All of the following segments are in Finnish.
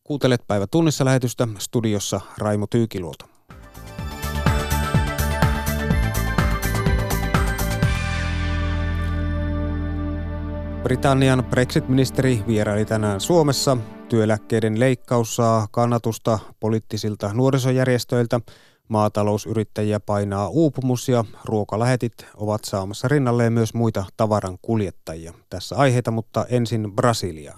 Kuuntelet Päivä tunnissa -lähetystä, studiossa Raimo Tyykiluoto. Britannian Brexit-ministeri vieraili tänään Suomessa. Työeläkkeiden leikkaus saa kannatusta poliittisilta nuorisojärjestöiltä. Maatalousyrittäjiä painaa uupumus ja ruokalähetit ovat saamassa rinnalleen myös muita tavaran kuljettajia. Tässä aiheita, mutta ensin Brasiliaan.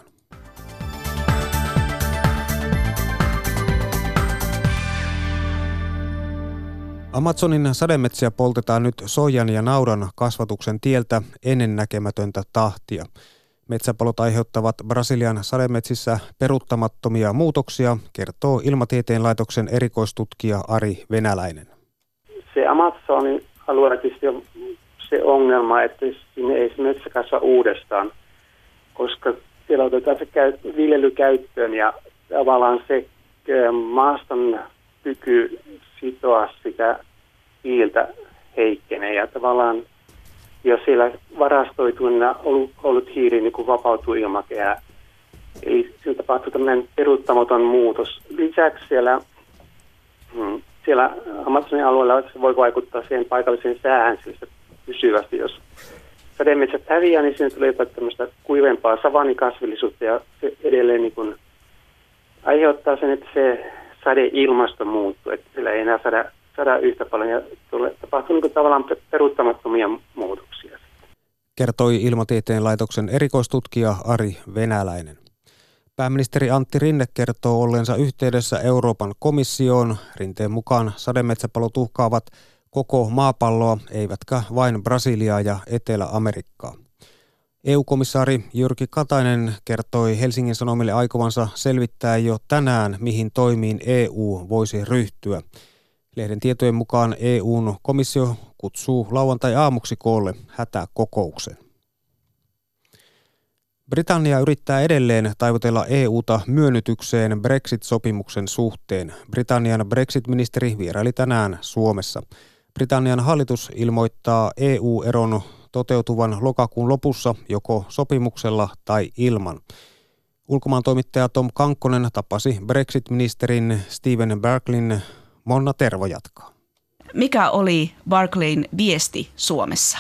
Amazonin sademetsiä poltetaan nyt soijan ja naudan kasvatuksen tieltä ennennäkemätöntä tahtia. Metsäpalot aiheuttavat Brasilian sademetsissä peruuttamattomia muutoksia, kertoo Ilmatieteen laitoksen erikoistutkija Ari Venäläinen. Se Amazonin alueella tietysti on se ongelma, että sinne ei se metsä kasva uudestaan, koska siellä otetaan se viljelykäyttöön ja tavallaan se maaston kyky sitoa sitä hiiltä heikkenee ja tavallaan jos siellä varastoituina ollut hiili niin kuin vapautuu ilmakehään. Eli siinä tapahtuu tämmöinen peruuttamaton muutos. Lisäksi siellä Amazonin alueella se voi vaikuttaa siihen paikalliseen säähän pysyvästi. Jos sademetsät häviää, niin siinä tulee jotain tämmöistä kuivempaa savannikasvillisuutta ja se edelleen niin kuin aiheuttaa sen, että se sadeilmasto muuttuu, että siellä ei enää saada yhtä paljon ja tapahtuu niin tavallaan peruuttamattomia muutoksia. Kertoi Ilmatieteen laitoksen erikoistutkija Ari Venäläinen. Pääministeri Antti Rinne kertoo olleensa yhteydessä Euroopan komissioon. Rinteen mukaan sademetsäpalot uhkaavat koko maapalloa, eivätkä vain Brasiliaa ja Etelä-Amerikkaa. EU-komissaari Jyrki Katainen kertoi Helsingin Sanomille aikovansa selvittää jo tänään, mihin toimiin EU voisi ryhtyä. Lehden tietojen mukaan EU:n komissio kutsuu lauantai-aamuksi koolle hätäkokouksen. Britannia yrittää edelleen taivutella EUta myönnytykseen Brexit-sopimuksen suhteen. Britannian Brexit-ministeri vieraili tänään Suomessa. Britannian hallitus ilmoittaa EU-eron toteutuvan lokakuun lopussa joko sopimuksella tai ilman. Ulkomaantoimittaja Tom Kankkonen tapasi Brexit-ministerin Stephen Barclayn. Monna Tervo jatkaa. Mikä oli Barclayn viesti Suomessa?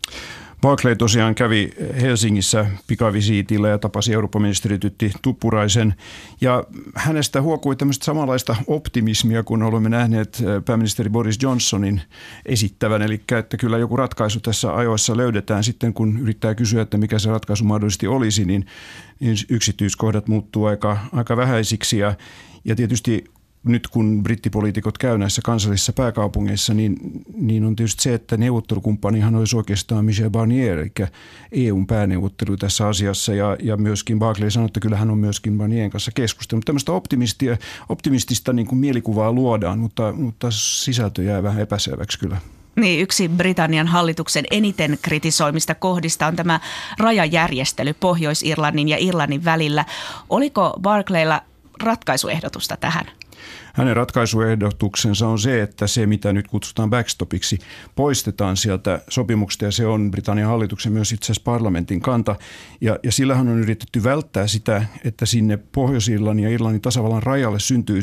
Barclay tosiaan kävi Helsingissä pikavisiitillä ja tapasi eurooppaministeri Tytti Tuppuraisen. Ja hänestä huokui tämmöistä samanlaista optimismia, kun olemme nähneet pääministeri Boris Johnsonin esittävän. Eli että kyllä joku ratkaisu tässä ajoissa löydetään sitten, kun yrittää kysyä, että mikä se ratkaisu mahdollisesti olisi, niin yksityiskohdat muuttuu aika vähäisiksi. Ja tietysti nyt kun brittipoliitikot käy näissä kansallisissa pääkaupungeissa, niin on tietysti se, että neuvottelukumppanihan olisi oikeastaan Michel Barnier, eli EUn pääneuvottelu tässä asiassa. Ja myöskin Barclay sanoi, että kyllä hän on myöskin Barnierin kanssa keskustellut. Tämmöistä optimistista niin kuin mielikuvaa luodaan, mutta sisältö jää vähän epäselväksi kyllä. Niin, yksi Britannian hallituksen eniten kritisoimista kohdista on tämä rajajärjestely Pohjois-Irlannin ja Irlannin välillä. Oliko Barclaylla ratkaisuehdotusta tähän? Hänen ratkaisuehdotuksensa on se, että se mitä nyt kutsutaan backstopiksi poistetaan sieltä sopimuksesta ja se on Britannian hallituksen myös itse asiassa parlamentin kanta. Ja sillähän on yritetty välttää sitä, että sinne Pohjois-Irlannin ja Irlannin tasavallan rajalle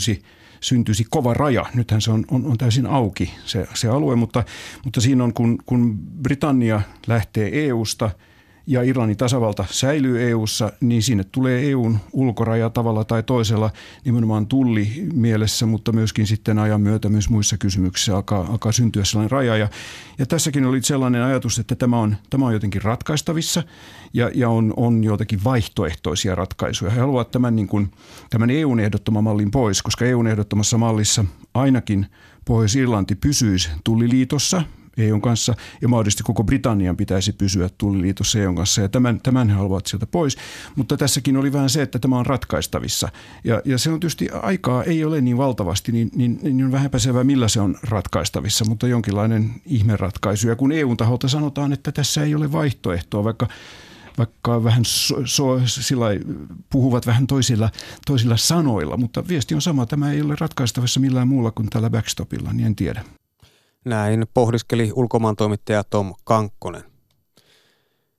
syntyisi kova raja. Nythän se on täysin auki se alue, mutta siinä on kun Britannia lähtee EUsta ja Irlannin tasavalta säilyy EU:ssa, niin sinne tulee EUn ulkoraja tavalla tai toisella nimenomaan tulli mielessä, mutta myöskin sitten ajan myötä myös muissa kysymyksissä alkaa syntyä sellainen raja. Ja tässäkin oli sellainen ajatus, että tämä on jotenkin ratkaistavissa ja on joitakin vaihtoehtoisia ratkaisuja. He haluavat tämän EUn ehdottaman mallin pois, koska EUn ehdottamassa mallissa ainakin Pohjois-Irlanti pysyisi tulliliitossa EUn kanssa ja mahdollisesti koko Britannian pitäisi pysyä tulliliitossa EUn kanssa ja tämän he haluavat sieltä pois. Mutta tässäkin oli vähän se, että tämä on ratkaistavissa ja se on tietysti aikaa ei ole niin valtavasti, niin on vähän epäselvää millä se on ratkaistavissa, mutta jonkinlainen ihmeratkaisu. Ja kun EUn taholta sanotaan, että tässä ei ole vaihtoehtoa, vaikka vähän puhuvat vähän toisilla sanoilla, mutta viesti on sama. Tämä ei ole ratkaistavissa millään muulla kuin tällä backstopilla, niin en tiedä. Näin pohdiskeli ulkomaantoimittaja Tom Kankkonen.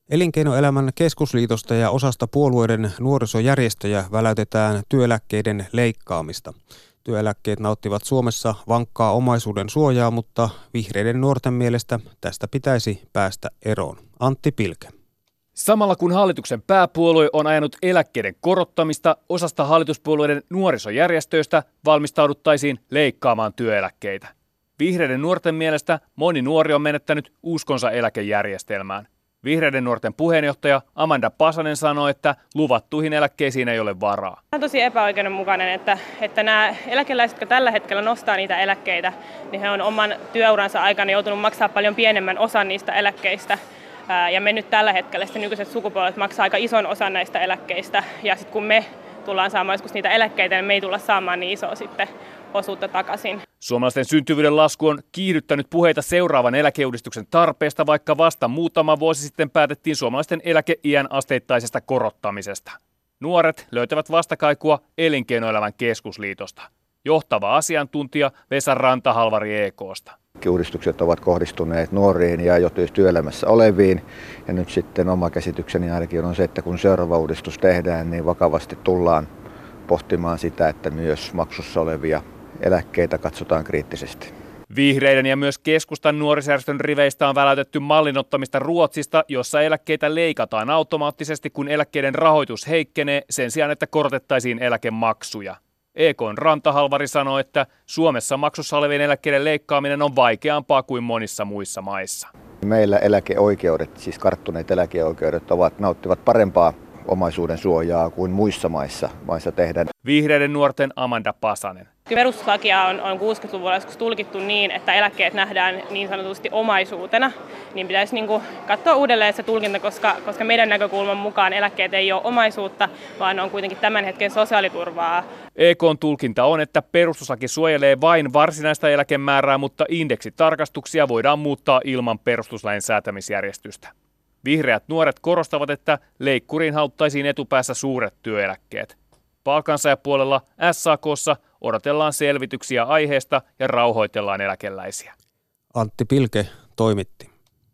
Elinkeinoelämän keskusliitosta ja osasta puolueiden nuorisojärjestöjä väläytetään työeläkkeiden leikkaamista. Työeläkkeet nauttivat Suomessa vankkaa omaisuuden suojaa, mutta vihreiden nuorten mielestä tästä pitäisi päästä eroon. Antti Pilke. Samalla kun hallituksen pääpuolue on ajanut eläkkeiden korottamista, osasta hallituspuolueiden nuorisojärjestöistä valmistauduttaisiin leikkaamaan työeläkkeitä. Vihreiden nuorten mielestä moni nuori on menettänyt uskonsa eläkejärjestelmään. Vihreiden nuorten puheenjohtaja Amanda Pasanen sanoi, että luvattuihin eläkkeisiin ei ole varaa. On tosi epäoikeudenmukainen, että nämä eläkeläiset, jotka tällä hetkellä nostaa niitä eläkkeitä, niin he on oman työuransa aikana joutunut maksaa paljon pienemmän osan niistä eläkkeistä. Ja me nyt tällä hetkellä sitten nykyiset sukupolvet maksaa aika ison osan näistä eläkkeistä. Ja sitten kun me tullaan saamaan joskus niitä eläkkeitä, niin me ei tulla saamaan niin isoa sitten osuutta takaisin. Suomalaisten syntyvyyden lasku on kiihdyttänyt puheita seuraavan eläkeuudistuksen tarpeesta, vaikka vasta muutama vuosi sitten päätettiin suomalaisten eläkeiän asteittaisesta korottamisesta. Nuoret löytävät vastakaikua Elinkeinoelämän keskusliitosta. Johtava asiantuntija Vesa Rantahalvari EK:sta. Uudistukset ovat kohdistuneet nuoriin ja jo työelämässä oleviin. Ja nyt sitten oma käsitykseni ainakin on se, että kun seuraava uudistus tehdään, niin vakavasti tullaan pohtimaan sitä, että myös maksussa olevia eläkkeitä katsotaan kriittisesti. Vihreiden ja myös keskustan nuorisojärjestön riveistä on väläytetty mallin ottamista Ruotsista, jossa eläkkeitä leikataan automaattisesti, kun eläkkeiden rahoitus heikkenee sen sijaan, että korotettaisiin eläkemaksuja. EK:n Rantahalvari sanoi, että Suomessa maksussa olevien eläkkeiden leikkaaminen on vaikeampaa kuin monissa muissa maissa. Meillä eläkeoikeudet, siis karttuneet eläkeoikeudet, nauttivat parempaa omaisuuden suojaa kuin muissa maissa tehdään. Vihreiden nuorten Amanda Pasanen. Perustuslakia on 60-luvulla joskus tulkittu niin, että eläkkeet nähdään niin sanotusti omaisuutena, niin pitäisi katsoa uudelleen se tulkinta, koska meidän näkökulman mukaan eläkkeet ei ole omaisuutta, vaan on kuitenkin tämän hetken sosiaaliturvaa. EK:n tulkinta on, että perustuslaki suojelee vain varsinaista eläkemäärää, mutta indeksitarkastuksia voidaan muuttaa ilman perustuslain säätämisjärjestystä. Vihreät nuoret korostavat, että leikkuriin hauttaisiin etupäässä suuret työeläkkeet. Palkansaajapuolella SAK:ssa odotellaan selvityksiä aiheesta ja rauhoitellaan eläkeläisiä. Antti Pilke toimitti.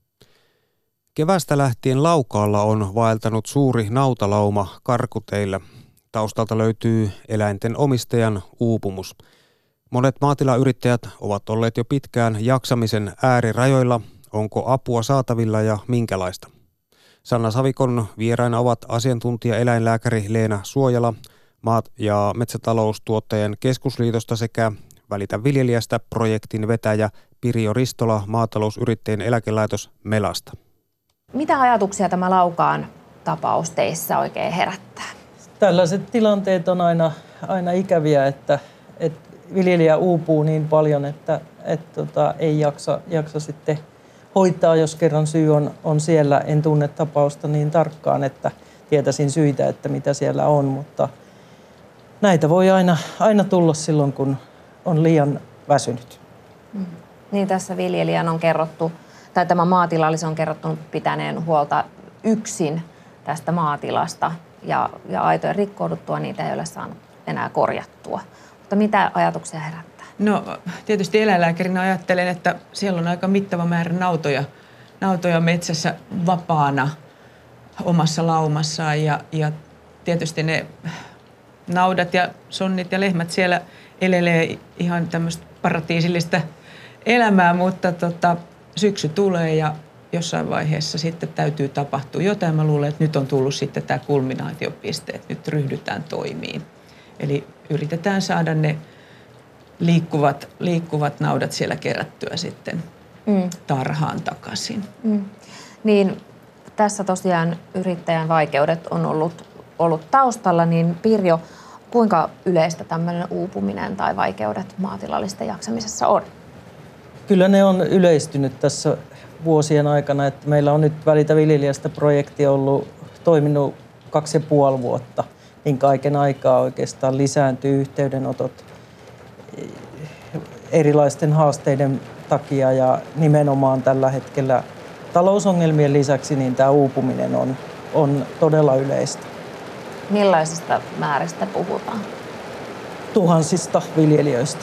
Kevästä lähtien Laukaalla on vaeltanut suuri nautalauma karkuteillä. Taustalta löytyy eläinten omistajan uupumus. Monet maatilayrittäjät ovat olleet jo pitkään jaksamisen äärirajoilla. Onko apua saatavilla ja minkälaista? Sanna Savikon vieraina ovat asiantuntija-eläinlääkäri Leena Suojala, Maat- ja metsätaloustuottajien keskusliitosta sekä Välitä viljelijästä projektin vetäjä Pirjo Ristola maatalousyrittäjien eläkelaitos Melasta. Mitä ajatuksia tämä Laukaan tapaus teissä oikein herättää? Tällaiset tilanteet on aina ikäviä, että viljelijä uupuu niin paljon, että ei jaksa sitten hoitaa, jos kerran syy on siellä. En tunne tapausta niin tarkkaan, että tietäisin syitä, että mitä siellä on, mutta näitä voi aina tulla silloin, kun on liian väsynyt. Niin tässä viljelijän on kerrottu, tai tämä maatilallisen on kerrottu pitäneen huolta yksin tästä maatilasta ja aitojen rikkouduttua niitä ei ole saanut enää korjattua. Mutta mitä ajatuksia herättää? No tietysti eläinlääkärinä ajattelen, että siellä on aika mittava määrä nautoja metsässä vapaana omassa laumassaan ja tietysti ne naudat ja sonnit ja lehmät siellä elelee ihan tämmöistä paratiisillista elämää, mutta syksy tulee ja jossain vaiheessa sitten täytyy tapahtua jotain. Mä luulen, että nyt on tullut sitten tämä kulminaatiopiste, että nyt ryhdytään toimiin. Eli yritetään saada ne liikkuvat naudat siellä kerättyä sitten tarhaan takaisin. Niin tässä tosiaan yrittäjän vaikeudet on ollut taustalla, niin Pirjo, kuinka yleistä tämmöinen uupuminen tai vaikeudet maatilallisten jaksamisessa on? Kyllä ne on yleistynyt tässä vuosien aikana, että meillä on nyt Välitä viljelijästä -projekti toiminut 2,5 vuotta, niin kaiken aikaa oikeastaan lisääntyy yhteydenotot erilaisten haasteiden takia ja nimenomaan tällä hetkellä talousongelmien lisäksi niin tämä uupuminen on todella yleistä. Millaisista määristä puhutaan? Tuhansista viljelijöistä.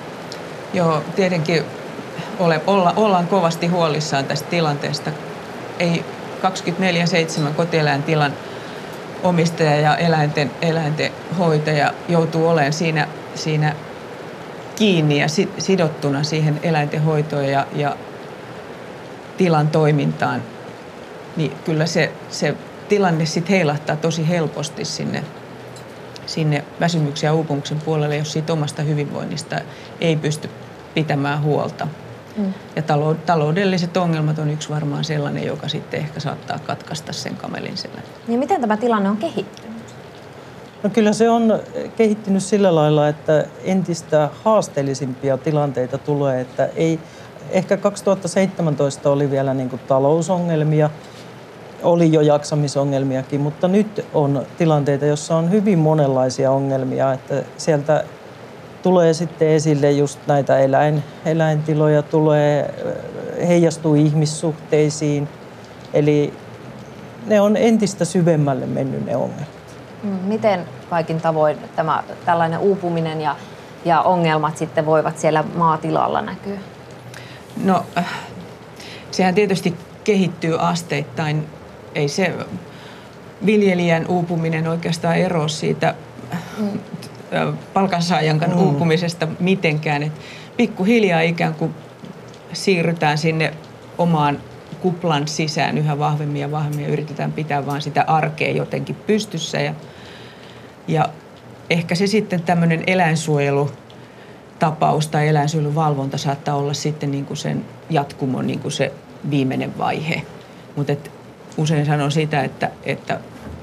Joo, tietenkin ollaan kovasti huolissaan tästä tilanteesta. ei 24/7 kotieläintilan omistaja ja eläinten hoitaja joutuu olemaan siinä kiinni ja sidottuna siihen eläinten hoitoon ja tilan toimintaan, niin kyllä se tilanne sitten heilahtaa tosi helposti sinne väsymyksen ja uupumuksen puolelle, jos siitä omasta hyvinvoinnista ei pysty pitämään huolta. Ja taloudelliset ongelmat on yksi varmaan sellainen, joka sitten ehkä saattaa katkaista sen kamelin selän. Niin miten tämä tilanne on kehittynyt? No kyllä se on kehittynyt sillä lailla, että entistä haasteellisimpia tilanteita tulee, että ei, ehkä 2017 oli vielä niin kuin talousongelmia, oli jo jaksamisongelmiakin, mutta nyt on tilanteita, joissa on hyvin monenlaisia ongelmia, että sieltä tulee sitten esille just näitä eläintiloja, heijastuu ihmissuhteisiin, eli ne on entistä syvemmälle mennyt ne ongelmat. Miten kaikin tavoin tällainen uupuminen ja ongelmat sitten voivat siellä maatilalla näkyä? No, sehän tietysti kehittyy asteittain. Ei se viljelijän uupuminen oikeastaan eroa siitä palkansaajan uupumisesta mitenkään. Et pikkuhiljaa ikään kuin siirrytään sinne omaan kuplan sisään yhä vahvemmin ja vahvemmin ja yritetään pitää vaan sitä arkea jotenkin pystyssä. Ja ehkä se sitten tämmöinen eläinsuojelutapaus tai eläinsuojeluvalvonta saattaa olla sitten niin kuin sen jatkumon niin kuin se viimeinen vaihe. Mutta usein sanon sitä, että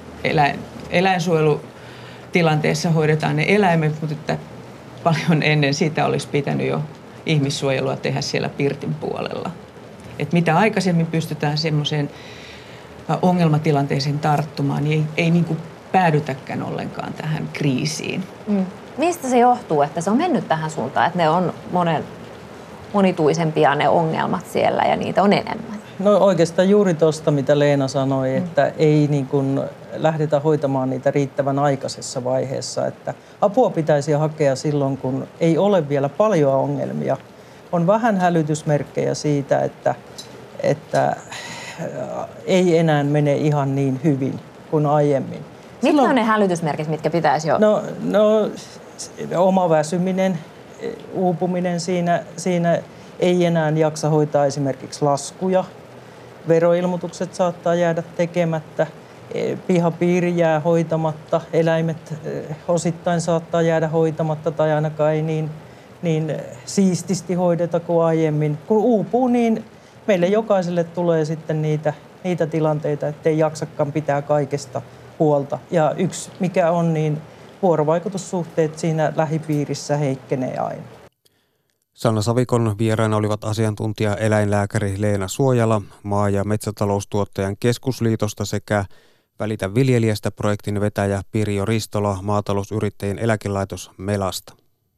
eläinsuojelutilanteessa hoidetaan ne eläimet, mutta että paljon ennen sitä olisi pitänyt jo ihmissuojelua tehdä siellä pirtin puolella. Et mitä aikaisemmin pystytään semmoiseen ongelmatilanteeseen tarttumaan, niin ei niin kuin päädytäkään ollenkaan tähän kriisiin. Mistä se johtuu, että se on mennyt tähän suuntaan, että ne on monituisempia ne ongelmat siellä ja niitä on enemmän? No oikeastaan juuri tuosta, mitä Leena sanoi, että ei niin kuin lähdetä hoitamaan niitä riittävän aikaisessa vaiheessa. Että apua pitäisi hakea silloin, kun ei ole vielä paljon ongelmia. On vähän hälytysmerkkejä siitä, että ei enää mene ihan niin hyvin kuin aiemmin. Mitkä on ne hälytysmerkit, mitkä pitäisi jo? No oma väsyminen, uupuminen siinä ei enää jaksa hoitaa esimerkiksi laskuja. Veroilmoitukset saattaa jäädä tekemättä, pihapiiri jää hoitamatta, eläimet osittain saattaa jäädä hoitamatta tai ainakaan ei niin siististi hoideta kuin aiemmin. Kun uupuu, niin meille jokaiselle tulee sitten niitä tilanteita, ettei jaksakaan pitää kaikesta huolta. Ja yksi mikä on, niin vuorovaikutussuhteet siinä lähipiirissä heikkenee aina. Sanna Savikon vieraina olivat asiantuntija eläinlääkäri Leena Suojala Maa- ja metsätaloustuottajan keskusliitosta sekä Välitä viljelijästä -projektin vetäjä Pirjo Ristola maatalousyrittäjien eläkelaitos Melasta.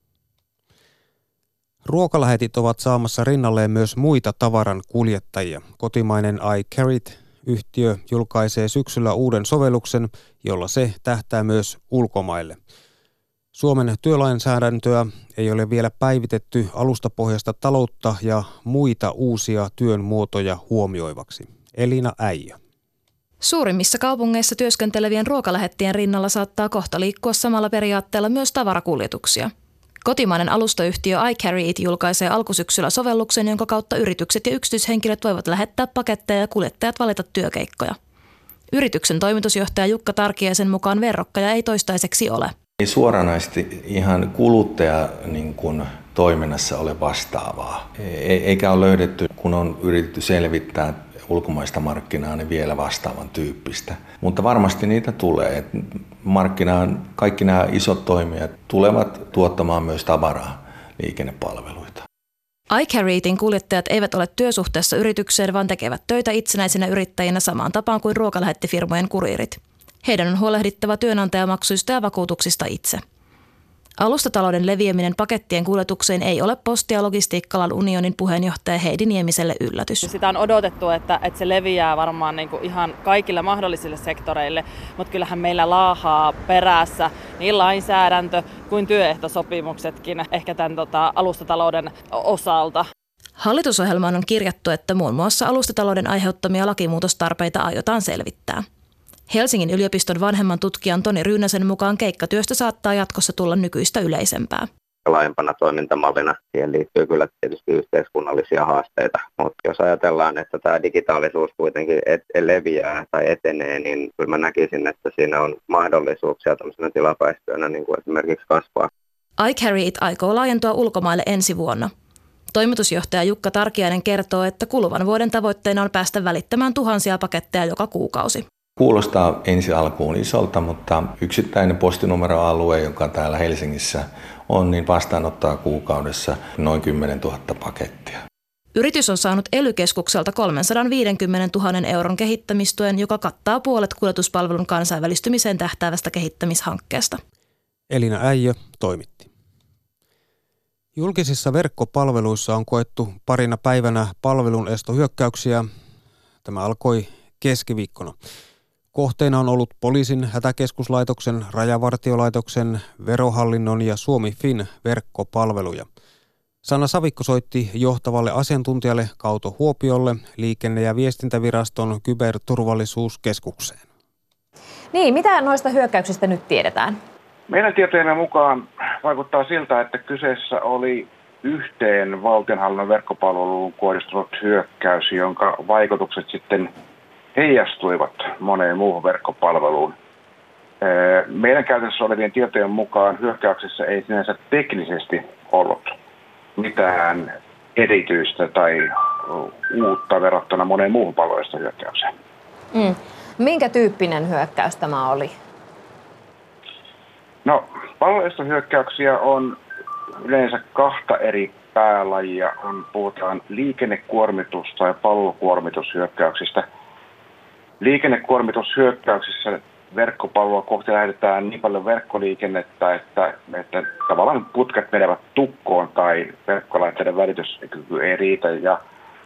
Ruokalähetit ovat saamassa rinnalleen myös muita tavaran kuljettajia. Kotimainen iCarrit-yhtiö julkaisee syksyllä uuden sovelluksen, jolla se tähtää myös ulkomaille. Suomen työlainsäädäntöä ei ole vielä päivitetty alustapohjaista taloutta ja muita uusia työn muotoja huomioivaksi. Elina Äijä. Suurimmissa kaupungeissa työskentelevien ruokalähettien rinnalla saattaa kohta liikkua samalla periaatteella myös tavarakuljetuksia. Kotimainen alustayhtiö iCarryit julkaisee alkusyksyllä sovelluksen, jonka kautta yritykset ja yksityishenkilöt voivat lähettää paketteja ja kuljettajat valita työkeikkoja. Yrityksen toimitusjohtaja Jukka Tarkiaisen mukaan verrokkeja ei toistaiseksi ole. Ei suoranaisesti ihan kuluttaja niin kuin toiminnassa ole vastaavaa. Eikä ole löydetty, kun on yritetty selvittää ulkomaista markkinaa, niin vielä vastaavan tyyppistä. Mutta varmasti niitä tulee. Markkinaan kaikki nämä isot toimijat tulevat tuottamaan myös tavaraa liikennepalveluita. iCarriitin kuljettajat eivät ole työsuhteessa yritykseen, vaan tekevät töitä itsenäisinä yrittäjinä samaan tapaan kuin ruokalähettifirmojen kuriirit. Heidän on huolehdittava työnantajamaksuista ja vakuutuksista itse. Alustatalouden leviäminen pakettien kuljetukseen ei ole Posti- ja Logistiikka-alan unionin puheenjohtaja Heidi Niemiselle yllätys. Sitä on odotettu, että se leviää varmaan niin kuin ihan kaikille mahdollisille sektoreille, mutta kyllähän meillä laahaa perässä niin lainsäädäntö kuin työehtosopimuksetkin ehkä tämän alustatalouden osalta. Hallitusohjelmaan on kirjattu, että muun muassa alustatalouden aiheuttamia lakimuutostarpeita aiotaan selvittää. Helsingin yliopiston vanhemman tutkijan Toni Ryynäsen mukaan keikkatyöstä saattaa jatkossa tulla nykyistä yleisempää. Laajempana toimintamallina siihen liittyy kyllä tietysti yhteiskunnallisia haasteita, mutta jos ajatellaan, että tämä digitaalisuus kuitenkin leviää tai etenee, niin kyllä mä näkisin, että siinä on mahdollisuuksia tämmöisenä tilapäistyönä niin kuin esimerkiksi kasvaa. iCarryIt aikoo laajentua ulkomaille ensi vuonna. Toimitusjohtaja Jukka Tarkiainen kertoo, että kuluvan vuoden tavoitteena on päästä välittämään tuhansia paketteja joka kuukausi. Kuulostaa ensi alkuun isolta, mutta yksittäinen postinumeroalue, joka täällä Helsingissä on, niin vastaanottaa kuukaudessa noin 10 000 pakettia. Yritys on saanut ELY-keskukselta 350 000 euron kehittämistuen, joka kattaa puolet kuljetuspalvelun kansainvälistymiseen tähtäävästä kehittämishankkeesta. Elina Äijö toimitti. Julkisissa verkkopalveluissa on koettu parina päivänä palvelun estohyökkäyksiä. Tämä alkoi keskiviikkona. Kohteena on ollut poliisin, hätäkeskuslaitoksen, rajavartiolaitoksen, verohallinnon ja Suomi-Fin verkkopalveluja. Sanna Savikko soitti johtavalle asiantuntijalle Kauto Huopiolle Liikenne- ja viestintäviraston kyberturvallisuuskeskukseen. Niin, mitä noista hyökkäyksistä nyt tiedetään? Meidän tietojemme mukaan vaikuttaa siltä, että kyseessä oli yhteen valtionhallinnon verkkopalveluun kohdistunut hyökkäys, jonka vaikutukset sitten heijastuivat moneen muuhun verkkopalveluun. Meidän käytössä olevien tietojen mukaan hyökkäyksessä ei sinänsä teknisesti ollut mitään erityistä tai uutta verrattuna moneen muuhun palveluista hyökkäykseen. Minkä tyyppinen hyökkäys tämä oli? No, palveluistohyökkäyksiä on yleensä kahta eri päälajia. Puhutaan liikennekuormitus- tai palvelukuormitushyökkäyksistä. Liikennekuormitushyökkäyksissä verkkopalvelua kohti lähdetään niin paljon verkkoliikennettä, että tavallaan putket menevät tukkoon tai verkkolaitteiden välityskyky ei riitä. Ja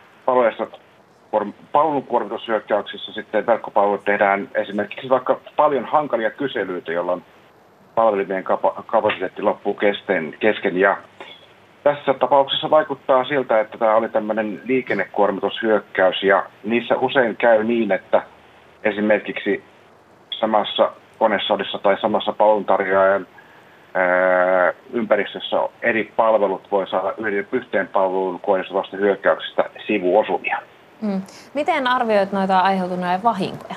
palvelukuormitushyökkäyksissä sitten verkkopalvelut tehdään esimerkiksi vaikka paljon hankalia kyselyitä, jolloin palvelimien kapasiteetti loppuu kesken. Ja tässä tapauksessa vaikuttaa siltä, että tämä oli tämmöinen liikennekuormitushyökkäys ja niissä usein käy niin, että esimerkiksi samassa konesalissa tai samassa palveluntarjoajan ympäristössä eri palvelut voi saada yhteen palveluun kohdistuvasta hyökkäyksestä sivuosumia. Miten arvioit noita aiheutuneita vahinkoja?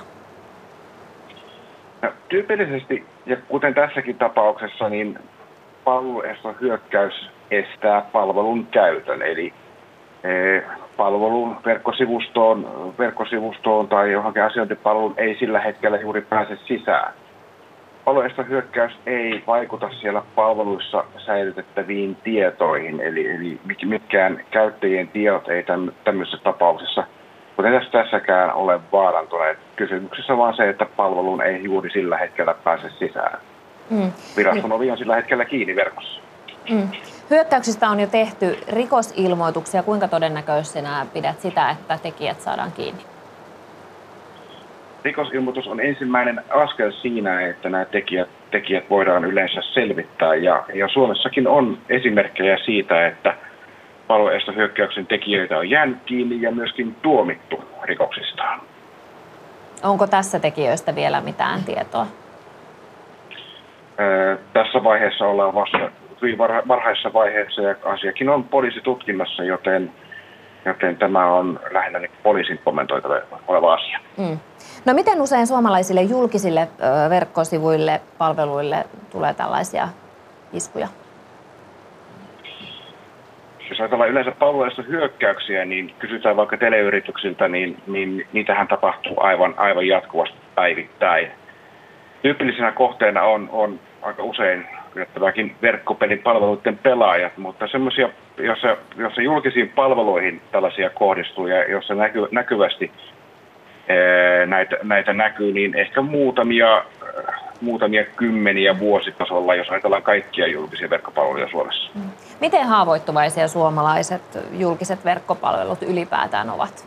No, tyypillisesti, ja kuten tässäkin tapauksessa, niin palveluestohyökkäys estää palvelun käytön, eli palvelun verkkosivustoon tai johonkin asiointipalveluun ei sillä hetkellä juuri pääse sisään. Palveluestohyökkäys ei vaikuta siellä palveluissa säilytettäviin tietoihin, eli mitkään käyttäjien tiedot ei tämmöisessä tapauksessa, kuten tässäkään ole vaarantuneet. Kysymyksessä vaan se, että palveluun ei juuri sillä hetkellä pääse sisään. Viraston ovi on sillä hetkellä kiinni verkossa. Hyökkäyksistä on jo tehty rikosilmoituksia. Kuinka todennäköisenä pidät sitä, että tekijät saadaan kiinni? Rikosilmoitus on ensimmäinen askel siinä, että nämä tekijät voidaan yleensä selvittää. Ja Suomessakin on esimerkkejä siitä, että palveluestohyökkäyksen tekijöitä on jäänyt kiinni ja myöskin tuomittu rikoksistaan. Onko tässä tekijöistä vielä mitään tietoa? Tässä vaiheessa ollaan vasta hyvin varhaisessa vaiheessa ja asiakin on poliisitutkinnassa, joten tämä on lähinnä poliisin kommentoitava oleva asia. No miten usein suomalaisille julkisille verkkosivuille, palveluille tulee tällaisia iskuja? Jos ajatellaan yleensä palveluista hyökkäyksiä, niin kysytään vaikka teleyrityksiltä, niin niitähän tapahtuu aivan jatkuvasti päivittäin. Tyypillisenä kohteena on aika usein yllättäväkin verkkopelin palveluiden pelaajat, mutta semmoisia, jossa julkisiin palveluihin tällaisia kohdistuu ja jossa näkyvästi näitä näkyy, niin ehkä muutamia kymmeniä vuositasolla, jos ajatellaan kaikkia julkisia verkkopalveluja Suomessa. Miten haavoittuvaisia suomalaiset julkiset verkkopalvelut ylipäätään ovat?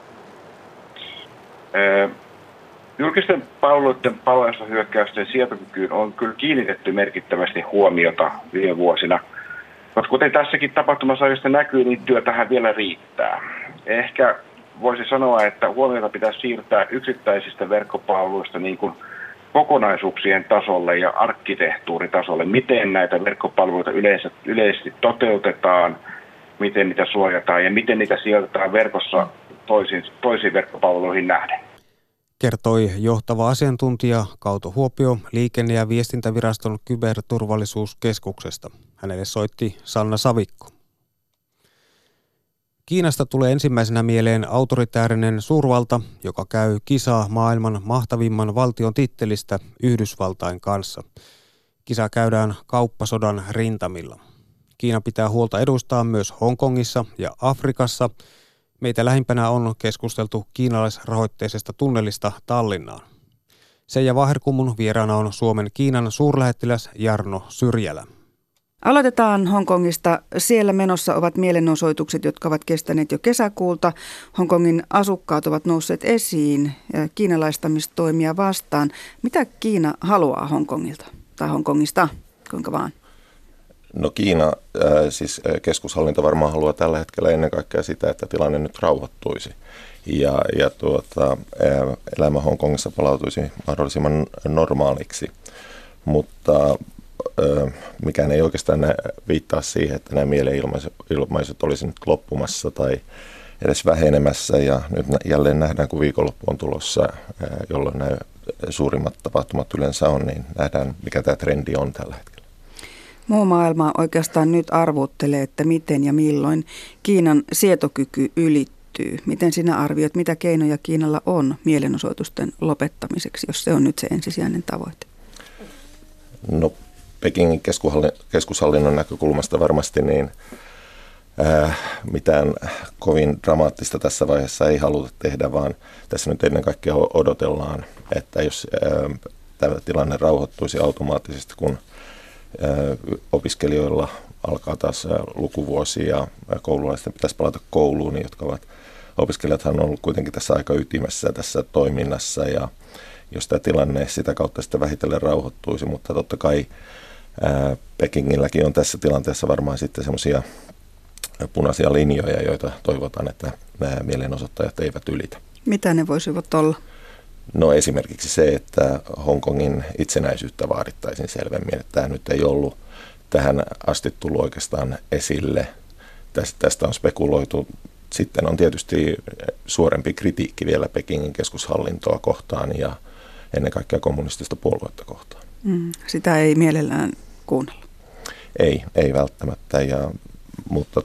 Julkisten palveluiden palveluhyökkäysten sietokykyyn on kyllä kiinnitetty merkittävästi huomiota viime vuosina. Mutta kuten tässäkin tapahtumasarjasta näkyy, niin työtähän vielä riittää. Ehkä voisi sanoa, että huomiota pitäisi siirtää yksittäisistä verkkopalveluista niin kuin kokonaisuuksien tasolle ja arkkitehtuuritasolle. Miten näitä verkkopalveluita yleisesti toteutetaan, miten niitä suojataan ja miten niitä sijoitetaan verkossa toisiin verkkopalveluihin nähden. Kertoi johtava asiantuntija Kauto Huopio Liikenne- ja viestintäviraston kyberturvallisuuskeskuksesta. Hänelle soitti Sanna Savikko. Kiinasta tulee ensimmäisenä mieleen autoritäärinen suurvalta, joka käy kisaa maailman mahtavimman valtion tittelistä Yhdysvaltain kanssa. Kisa käydään kauppasodan rintamilla. Kiina pitää huolta edustaan myös Hongkongissa ja Afrikassa. Meitä lähimpänä on keskusteltu kiinalaisrahoitteisesta tunnelista Tallinnaan. Seija Vaherkumun vieraana on Suomen Kiinan suurlähettiläs Jarno Syrjälä. Aloitetaan Hongkongista. Siellä menossa ovat mielenosoitukset, jotka ovat kestäneet jo kesäkuulta. Hongkongin asukkaat ovat nousseet esiin kiinalaistamistoimia vastaan. Mitä Kiina haluaa Hongkongilta tai Hongkongista? Kuinka vaan? No Kiina, siis keskushallinto varmaan haluaa tällä hetkellä ennen kaikkea sitä, että tilanne nyt rauhoittuisi ja elämä Hongkongissa palautuisi mahdollisimman normaaliksi, mutta mikään ei oikeastaan viittaa siihen, että nämä mielenilmaisut olisi nyt loppumassa tai edes vähenemässä ja nyt jälleen nähdään, kun viikonloppu on tulossa, jolloin nämä suurimmat tapahtumat yleensä on, niin nähdään, mikä tämä trendi on tällä hetkellä. Muu maailma oikeastaan nyt arvuuttelee, että miten ja milloin Kiinan sietokyky ylittyy. Miten sinä arvioit, mitä keinoja Kiinalla on mielenosoitusten lopettamiseksi, jos se on nyt se ensisijainen tavoite? No Pekingin keskushallinnon näkökulmasta varmasti niin mitään kovin dramaattista tässä vaiheessa ei haluta tehdä, vaan tässä nyt ennen kaikkea odotellaan, että jos tämä tilanne rauhoittuisi automaattisesti, kun opiskelijoilla alkaa taas lukuvuosi ja koululaisten pitäisi palata kouluun, niin opiskelijathan on ollut kuitenkin tässä aika ytimessä tässä toiminnassa ja jos tämä tilanne sitä kautta sitten vähitellen rauhoittuisi, mutta totta kai Pekingilläkin on tässä tilanteessa varmaan sitten semmoisia punaisia linjoja, joita toivotaan, että nämä mielenosoittajat eivät ylitä. Mitä ne voisivat olla? No esimerkiksi se, että Hongkongin itsenäisyyttä vaadittaisiin selvemmin, että tämä nyt ei ollut tähän asti tullut oikeastaan esille. Tästä on spekuloitu. Sitten on tietysti suorempi kritiikki vielä Pekingin keskushallintoa kohtaan ja ennen kaikkea kommunistista puoluetta kohtaan. Sitä ei mielellään kuunnella. Ei välttämättä, mutta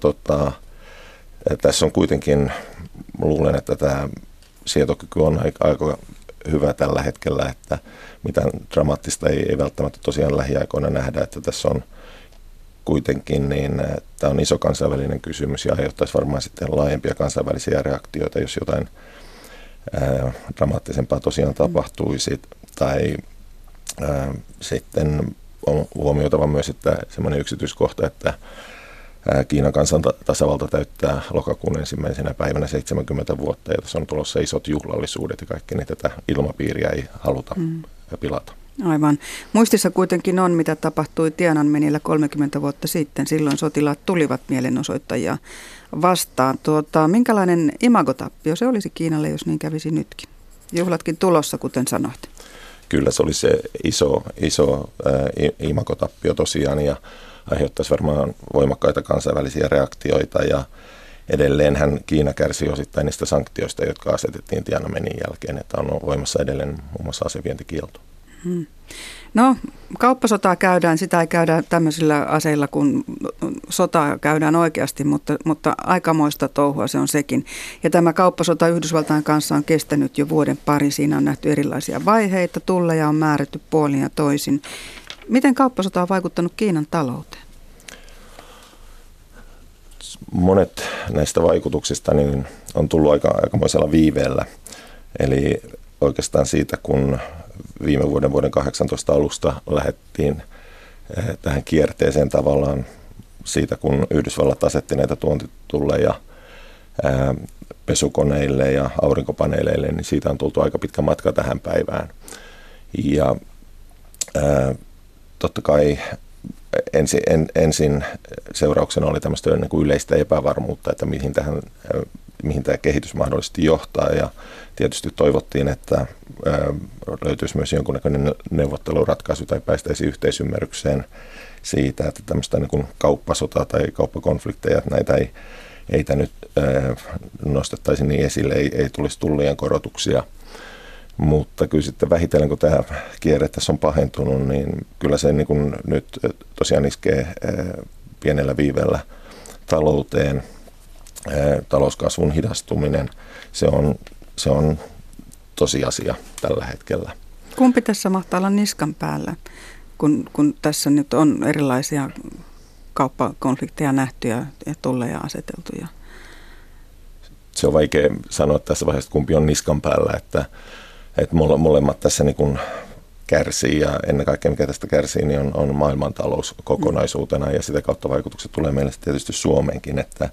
tässä on kuitenkin, luulen, että tämä sietokyky on aika hyvä tällä hetkellä, että mitään dramaattista ei välttämättä tosiaan lähiaikoina nähdä, että tässä on kuitenkin, niin tämä on iso kansainvälinen kysymys ja aiheuttaisi varmaan sitten laajempia kansainvälisiä reaktioita, jos jotain dramaattisempaa tosiaan tapahtuisi. Tai sitten on huomioitava myös, että semmoinen yksityiskohta, että Kiinan kansantasavalta täyttää lokakuun 1. päivänä 70 vuotta ja tässä on tulossa isot juhlallisuudet ja kaikki, niin tätä ilmapiiriä ei haluta pilata. Aivan. Muistissa kuitenkin on, mitä tapahtui Tiananmenillä 30 vuotta sitten. Silloin sotilaat tulivat mielenosoittajia vastaan. Minkälainen imagotappio se olisi Kiinalle, jos niin kävisi nytkin? Juhlatkin tulossa, kuten sanoit. Kyllä se oli se iso imagotappio tosiaan ja aiheuttaisi varmaan voimakkaita kansainvälisiä reaktioita ja edelleenhän Kiina kärsii osittain niistä sanktioista, jotka asetettiin Tiananmenin jälkeen, että on voimassa edelleen muun muassa asevientikielto. No, kauppasotaa käydään, sitä ei käydä tämmöisillä aseilla, kun sotaa käydään oikeasti, mutta aikamoista touhua se on sekin. Ja tämä kauppasota Yhdysvaltain kanssa on kestänyt jo vuoden pari, siinä on nähty erilaisia vaiheita, tulleja on määrätty puolin ja toisin. Miten kauppasota on vaikuttanut Kiinan talouteen? Monet näistä vaikutuksista niin on tullut aikamoisella viiveellä. Eli oikeastaan siitä, kun viime vuoden 2018 alusta lähdettiin tähän kierteeseen tavallaan siitä, kun Yhdysvallat asetti näitä tuontitulleja pesukoneille ja aurinkopaneeleille, niin siitä on tultu aika pitkä matka tähän päivään. Ja totta kai ensin seurauksena oli tämmöistä niin kuin yleistä epävarmuutta, että mihin tämä kehitys mahdollisesti johtaa, ja tietysti toivottiin, että löytyisi myös jonkunnäköinen neuvotteluratkaisu tai päästäisiin yhteisymmärrykseen siitä, että tämmöistä niin kuin kauppasota tai kauppakonflikteja, että näitä ei nyt nostettaisi niin esille, ei tulisi tullien korotuksia. Mutta kyllä sitten vähitellen, kun tämä kierre tässä on pahentunut, niin kyllä se niin kuin nyt tosiaan iskee pienellä viivellä talouteen. Talouskasvun hidastuminen, se on tosiasia tällä hetkellä. Kumpi tässä mahtaa olla niskan päällä, kun tässä nyt on erilaisia kauppakonflikteja nähty ja tulleja aseteltuja? Se on vaikea sanoa tässä vaiheessa, kumpi on niskan päällä, että molemmat tässä niin kuin kärsii, ja ennen kaikkea mikä tästä kärsii, niin on maailmantalous kokonaisuutena, ja sitä kautta vaikutukset tulee meille tietysti Suomeenkin, että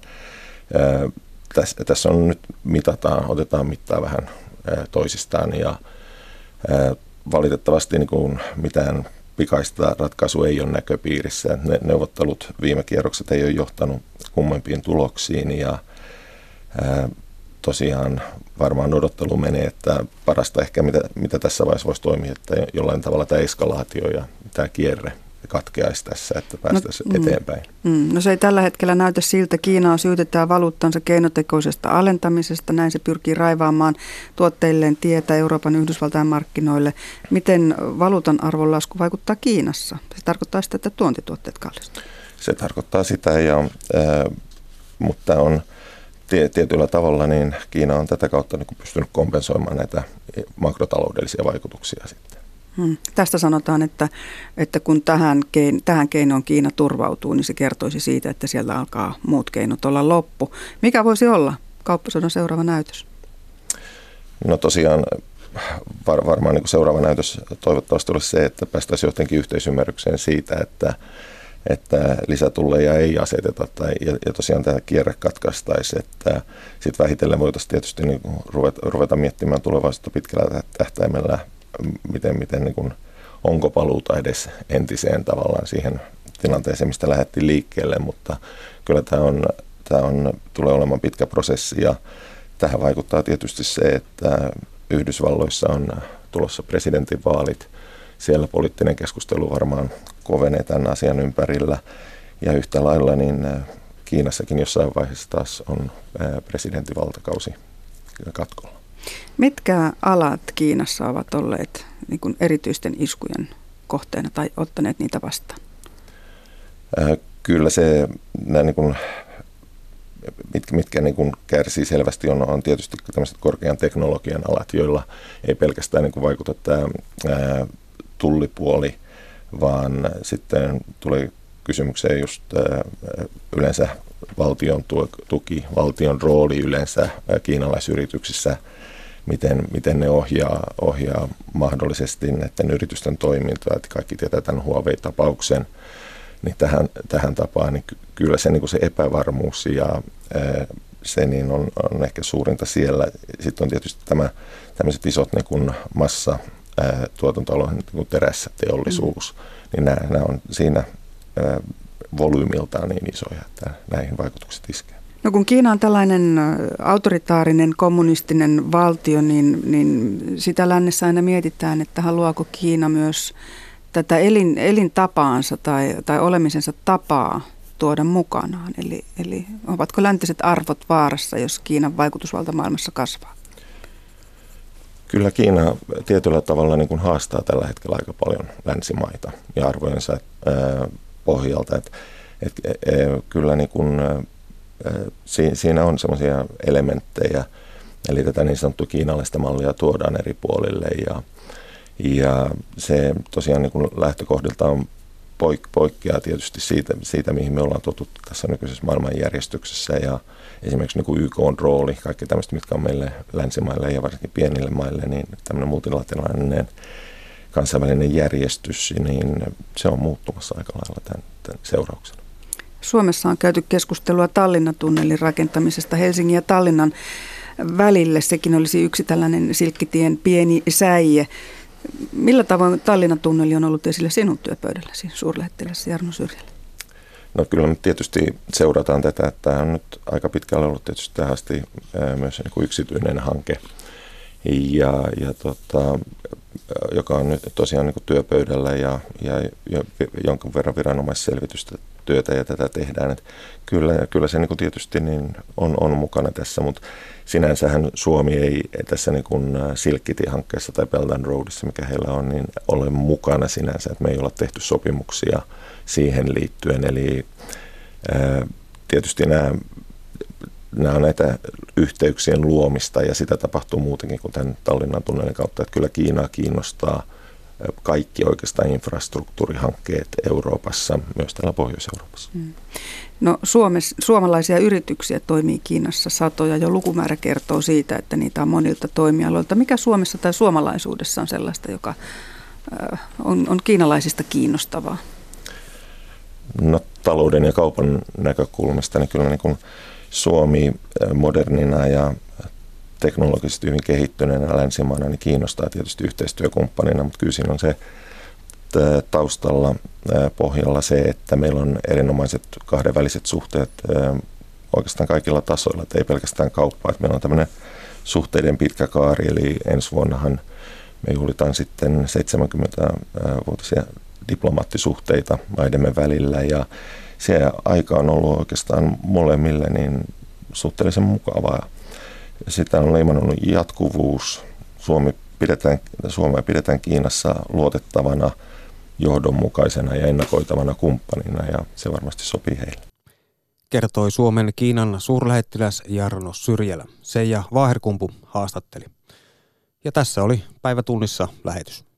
tässä on nyt otetaan mittaa vähän toisistaan, ja valitettavasti niin kuin mitään pikaista ratkaisua ei ole näköpiirissä. Ne neuvottelut, viime kierrokset ei ole johtanut kummempiin tuloksiin, ja tosiaan varmaan odottelu menee, että parasta ehkä mitä tässä vaiheessa voisi toimia, että jollain tavalla tämä eskalaatio ja tämä kierre katkeaisi tässä, että päästäisiin eteenpäin. No se ei tällä hetkellä näytä siltä. Kiinaa syytetään valuuttansa keinotekoisesta alentamisesta. Näin se pyrkii raivaamaan tuotteilleen tietä Euroopan Yhdysvaltain markkinoille. Miten valuutan arvonlasku vaikuttaa Kiinassa? Se tarkoittaa sitä, että tuontituotteet kallistuvat. Se tarkoittaa sitä, mutta on tietyllä tavalla niin Kiina on tätä kautta niin kuin pystynyt kompensoimaan näitä makrotaloudellisia vaikutuksia sitten. Tästä sanotaan, että kun tähän keinoon Kiina turvautuu, niin se kertoisi siitä, että sieltä alkaa muut keinot olla loppu. Mikä voisi olla kauppasodan seuraava näytös? No tosiaan varmaan niin kuin seuraava näytös toivottavasti olisi se, että päästäisiin jotenkin yhteisymmärrykseen siitä, että lisätulleja ei aseteta ja tosiaan tämä kierre katkaistaisi, että sitten vähitellen voitaisiin tietysti niin kuin ruveta miettimään tulevaisuutta pitkällä tähtäimellä, miten niin kuin, onko paluuta edes entiseen tavallaan siihen tilanteeseen, mistä lähdettiin liikkeelle, mutta kyllä tämä tulee olemaan pitkä prosessi, ja tähän vaikuttaa tietysti se, että Yhdysvalloissa on tulossa presidentinvaalit. Siellä poliittinen keskustelu varmaan kovenee tämän asian ympärillä, ja yhtä lailla niin Kiinassakin jossain vaiheessa taas on presidentinvaltakausi katkolla. Mitkä alat Kiinassa ovat olleet niin kuin erityisten iskujen kohteena tai ottaneet niitä vastaan? Kyllä nämä niin kuin, mitkä niin kuin kärsii selvästi on tietysti tämmöiset korkean teknologian alat, joilla ei pelkästään niin kuin vaikuta tämä tullipuoli, vaan sitten tulee kysymykseen just yleensä valtion tuki, valtion rooli yleensä kiinalaisyrityksissä, miten ne ohjaa mahdollisesti näiden yritysten toimintaa, että kaikki tietää tämän Huawei-tapauksen, niin tähän tapaan, niin kyllä se, niin kuin se epävarmuus ja se niin on ehkä suurinta siellä. Sitten on tietysti tämmöiset isot niin kuin tuotantoalojen niin kuin terästeollisuus, niin nämä on siinä volyymiltaan niin isoja, että näihin vaikutukset iskee. No kun Kiina on tällainen autoritaarinen kommunistinen valtio, niin sitä lännessä aina mietitään, että haluaako Kiina myös tätä elintapaansa tai olemisensa tapaa tuoda mukanaan. Eli ovatko läntiset arvot vaarassa, jos Kiinan vaikutusvalta maailmassa kasvaa? Kyllä Kiina tietyllä tavalla niin kuin haastaa tällä hetkellä aika paljon länsimaita ja arvojensa pohjalta. Kyllä niin kuin, siinä on semmoisia elementtejä, eli tätä niin sanottua kiinalaista mallia tuodaan eri puolille, ja se tosiaan niin kuin lähtökohdiltaan poikkeaa tietysti siitä, mihin me ollaan totuttu tässä nykyisessä maailmanjärjestyksessä, ja esimerkiksi niin kuin YK:n rooli, kaikki tämmöistä, mitkä on meille länsimaille ja varsinkin pienille maille, niin tämmöinen multilateraalinen kansainvälinen järjestys, niin se on muuttumassa aika lailla tämän seurauksena. Suomessa on käyty keskustelua Tallinnan-tunnelin rakentamisesta Helsingin ja Tallinnan välille. Sekin olisi yksi tällainen silkkitien pieni säie. Millä tavoin Tallinnan tunneli on ollut esillä sinun työpöydälläsi, suurlähettiläs Jarno Syrjälä? No kyllä me tietysti seurataan tätä, että tämä on nyt aika pitkälle ollut tietysti tähän asti myös niin kuin yksityinen hanke, joka on nyt tosiaan niin kuin työpöydällä ja jonkun verran viranomaisselvitystä työtä ja tätä tehdään. Että kyllä se niin kuin tietysti niin on mukana tässä, mutta sinänsähän Suomi ei tässä niin kuin Silkkitie-hankkeessa tai Belt and Roadissa, mikä heillä on, niin ole mukana sinänsä, että me ei olla tehty sopimuksia siihen liittyen. Eli tietysti nämä on näitä yhteyksien luomista ja sitä tapahtuu muutenkin kuin tämän Tallinnan tunnelin kautta, että kyllä Kiinaa kiinnostaa kaikki oikeastaan infrastruktuurihankkeet Euroopassa, myös täällä Pohjois-Euroopassa. No suomalaisia yrityksiä toimii Kiinassa satoja, jo lukumäärä kertoo siitä, että niitä on monilta toimialoilta. Mikä Suomessa tai suomalaisuudessa on sellaista, joka on kiinalaisista kiinnostavaa? No talouden ja kaupan näkökulmasta, niin kyllä niin kuin Suomi modernina ja teknologisesti hyvin kehittyneenä länsimaana niin kiinnostaa tietysti yhteistyökumppanina, mutta kyllä siinä on se taustalla pohjalla se, että meillä on erinomaiset kahdenväliset suhteet oikeastaan kaikilla tasoilla, että ei pelkästään kauppaa. Että meillä on tämmöinen suhteiden pitkä kaari, eli ensi vuonnahan me juhlitaan sitten 70-vuotisia diplomaattisuhteita maidemme välillä ja se aika on ollut oikeastaan molemmille niin suhteellisen mukavaa. Sitä on leimannut jatkuvuus. Suomea pidetään Kiinassa luotettavana, johdonmukaisena ja ennakoitavana kumppanina ja se varmasti sopii heille. Kertoi Suomen Kiinan suurlähettiläs Jarno Syrjälä. Seija Vaaherkumpu haastatteli. Ja tässä oli Päivätunnissa lähetys.